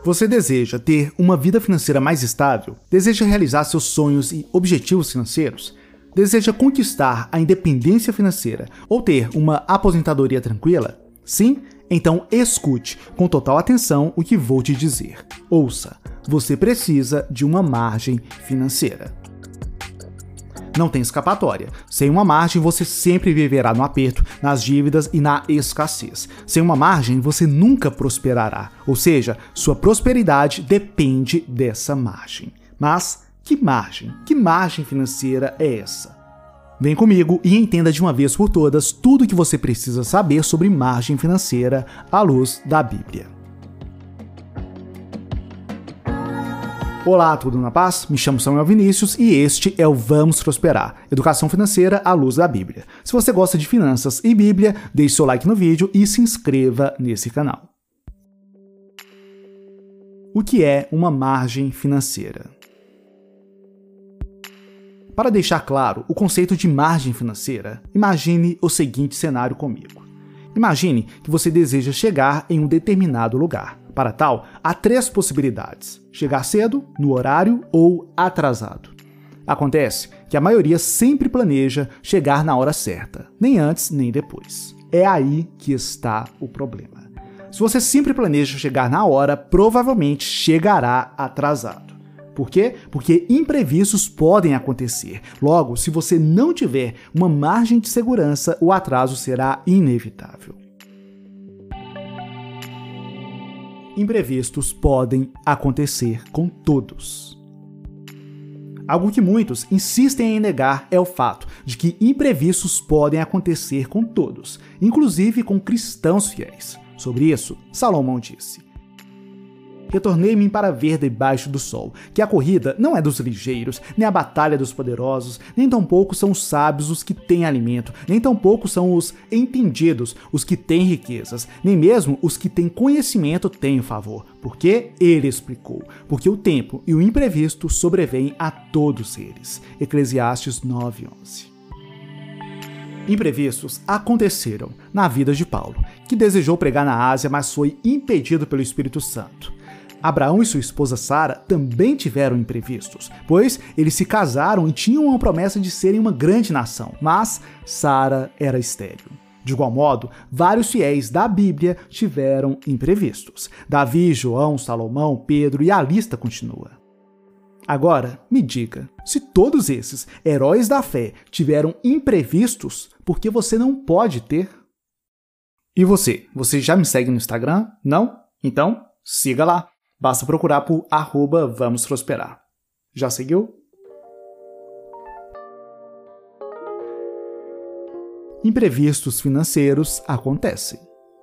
Você deseja ter uma vida financeira mais estável? Deseja realizar seus sonhos e objetivos financeiros? Deseja conquistar a independência financeira ou ter uma aposentadoria tranquila? Sim? Então escute com total atenção o que vou te dizer. Ouça, você precisa de uma margem financeira. Não tem escapatória. Sem uma margem, você sempre viverá no aperto, nas dívidas e na escassez. Sem uma margem, você nunca prosperará. Ou seja, sua prosperidade depende dessa margem. Mas que margem? Que margem financeira é essa? Vem comigo e entenda de uma vez por todas tudo o que você precisa saber sobre margem financeira à luz da Bíblia. Olá, tudo na paz? Me chamo Samuel Vinícius e este é o Vamos Prosperar, Educação Financeira à luz da Bíblia. Se você gosta de finanças e Bíblia, deixe seu like no vídeo e se inscreva nesse canal. O que é uma margem financeira? Para deixar claro o conceito de margem financeira, imagine o seguinte cenário comigo. Imagine que você deseja chegar em um determinado lugar. Para tal, há 3 possibilidades: chegar cedo, no horário ou atrasado. Acontece que a maioria sempre planeja chegar na hora certa, nem antes nem depois. É aí que está o problema. Se você sempre planeja chegar na hora, provavelmente chegará atrasado. Por quê? Porque imprevistos podem acontecer. Logo, se você não tiver uma margem de segurança, o atraso será inevitável. Imprevistos podem acontecer com todos. Algo que muitos insistem em negar é o fato de que imprevistos podem acontecer com todos, inclusive com cristãos fiéis. Sobre isso, Salomão disse: retornei-me para ver debaixo do sol, que a corrida não é dos ligeiros, nem a batalha dos poderosos, nem tampouco são os sábios os que têm alimento, nem tampouco são os entendidos os que têm riquezas, nem mesmo os que têm conhecimento têm favor. Porque ele explicou, porque o tempo e o imprevisto sobrevêm a todos eles. Eclesiastes 9:11. Imprevistos aconteceram na vida de Paulo, que desejou pregar na Ásia, mas foi impedido pelo Espírito Santo. Abraão e sua esposa Sara também tiveram imprevistos, pois eles se casaram e tinham uma promessa de serem uma grande nação, mas Sara era estéril. De igual modo, vários fiéis da Bíblia tiveram imprevistos. Davi, João, Salomão, Pedro e a lista continua. Agora, me diga, se todos esses heróis da fé tiveram imprevistos, por que você não pode ter? E você? Você já me segue no Instagram? Não? Então, siga lá. Basta procurar por @VamosProsperar. Já seguiu? Imprevistos financeiros acontecem.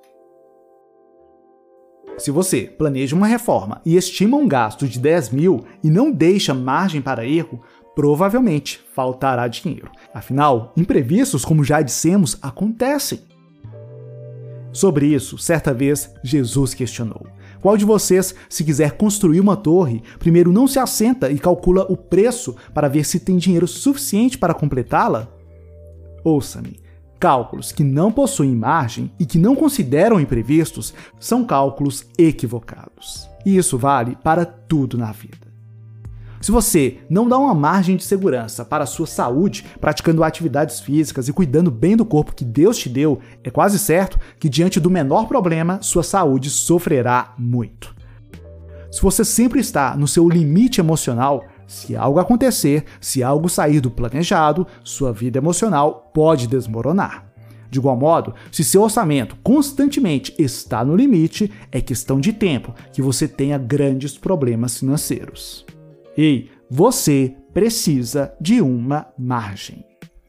Se você planeja uma reforma e estima um gasto de 10 mil e não deixa margem para erro, provavelmente faltará dinheiro. Afinal, imprevistos, como já dissemos, acontecem. Sobre isso, certa vez, Jesus questionou: qual de vocês, se quiser construir uma torre, primeiro não se assenta e calcula o preço para ver se tem dinheiro suficiente para completá-la? Ouça-me. Cálculos que não possuem margem e que não consideram imprevistos são cálculos equivocados. E isso vale para tudo na vida. Se você não dá uma margem de segurança para a sua saúde, praticando atividades físicas e cuidando bem do corpo que Deus te deu, é quase certo que diante do menor problema, sua saúde sofrerá muito. Se você sempre está no seu limite emocional, se algo acontecer, se algo sair do planejado, sua vida emocional pode desmoronar. De igual modo, se seu orçamento constantemente está no limite, é questão de tempo que você tenha grandes problemas financeiros. E você precisa de uma margem.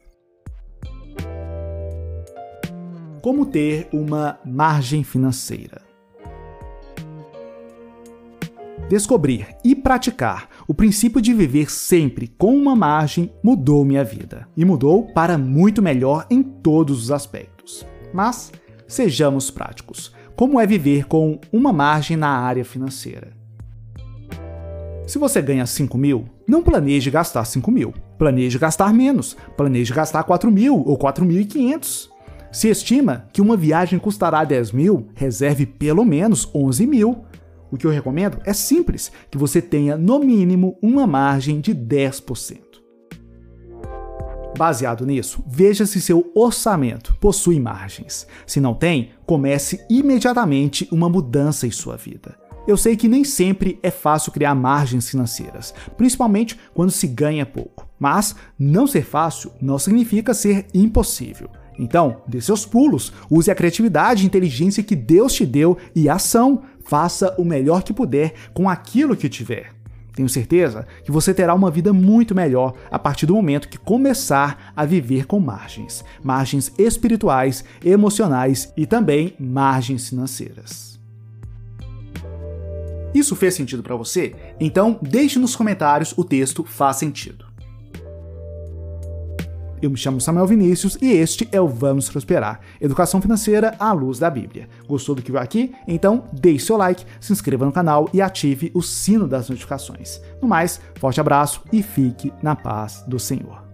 Como ter uma margem financeira? Descobrir e praticar o princípio de viver sempre com uma margem mudou minha vida. E mudou para muito melhor em todos os aspectos. Mas, sejamos práticos. Como é viver com uma margem na área financeira? Se você ganha 5 mil, não planeje gastar 5 mil. Planeje gastar menos. Planeje gastar 4 mil ou 4.500. Se estima que uma viagem custará 10 mil, reserve pelo menos 11 mil. O que eu recomendo é simples, que você tenha no mínimo uma margem de 10%. Baseado nisso, veja se seu orçamento possui margens. Se não tem, comece imediatamente uma mudança em sua vida. Eu sei que nem sempre é fácil criar margens financeiras, principalmente quando se ganha pouco. Mas não ser fácil não significa ser impossível. Então, dê seus pulos, use a criatividade e inteligência que Deus te deu e ação. Faça o melhor que puder com aquilo que tiver. Tenho certeza que você terá uma vida muito melhor a partir do momento que começar a viver com margens. Margens espirituais, emocionais e também margens financeiras. Isso fez sentido para você? Então, deixe nos comentários o texto Faz Sentido. Eu me chamo Samuel Vinícius e este é o Vamos Prosperar, educação financeira à luz da Bíblia. Gostou do que viu aqui? Então deixe seu like, se inscreva no canal e ative o sino das notificações. No mais, forte abraço e fique na paz do Senhor.